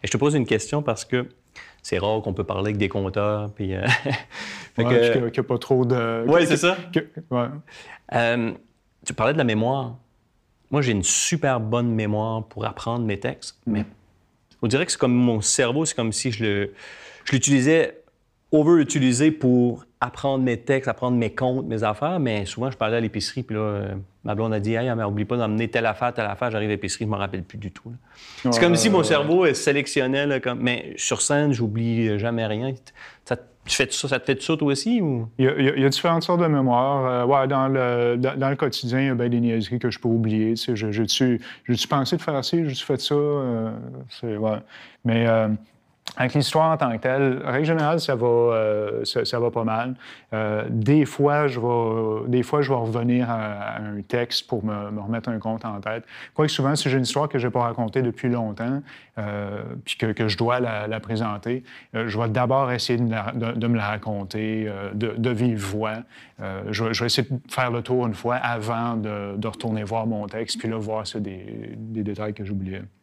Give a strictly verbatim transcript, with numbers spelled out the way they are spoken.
je te pose une question parce que c'est rare qu'on peut parler avec des compteurs. Puis, euh... fait ouais, que... qu'il n'y a pas trop de... Oui, c'est ça. Que... Ouais. Euh, tu parlais de la mémoire. Moi, j'ai une super bonne mémoire pour apprendre mes textes, mm. mais on dirait que c'est comme mon cerveau, c'est comme si je le, je l'utilisais, over-utilisé pour apprendre mes textes, apprendre mes comptes, mes affaires, mais souvent, je parlais à l'épicerie, puis là, euh, ma blonde a dit « Hey, mais oublie pas d'emmener telle affaire, telle affaire. » J'arrive à l'épicerie, je ne me rappelle plus du tout. Ouais, c'est comme si mon cerveau ouais. sélectionnait, là, comme... mais sur scène, j'oublie jamais rien. Ça, tu fais ça, ça te fait ça, toi aussi? Ou... Il, y a, il y a différentes sortes de mémoire. Euh, ouais, dans, le, dans, dans le quotidien, il y a bien des niaiseries que je peux oublier. Tu sais, j'ai-tu, j'ai-tu pensé de faire ça? J'ai-tu fait ça? Euh, c'est, ouais. Mais... Euh, avec l'histoire en tant que telle, en règle générale, ça va, euh, ça, ça va pas mal. Euh, des fois, je vais, des fois, je vais revenir à, à un texte pour me, me remettre un conte en tête. Quoique souvent, si j'ai une histoire que je n'ai pas racontée depuis longtemps, euh, puis que, que je dois la, la présenter, euh, je vais d'abord essayer de me la, de, de me la raconter euh, de, de vive voix. Euh, je, je vais essayer de faire le tour une fois avant de, de retourner voir mon texte, puis là, voir ça, des, des détails que j'oubliais.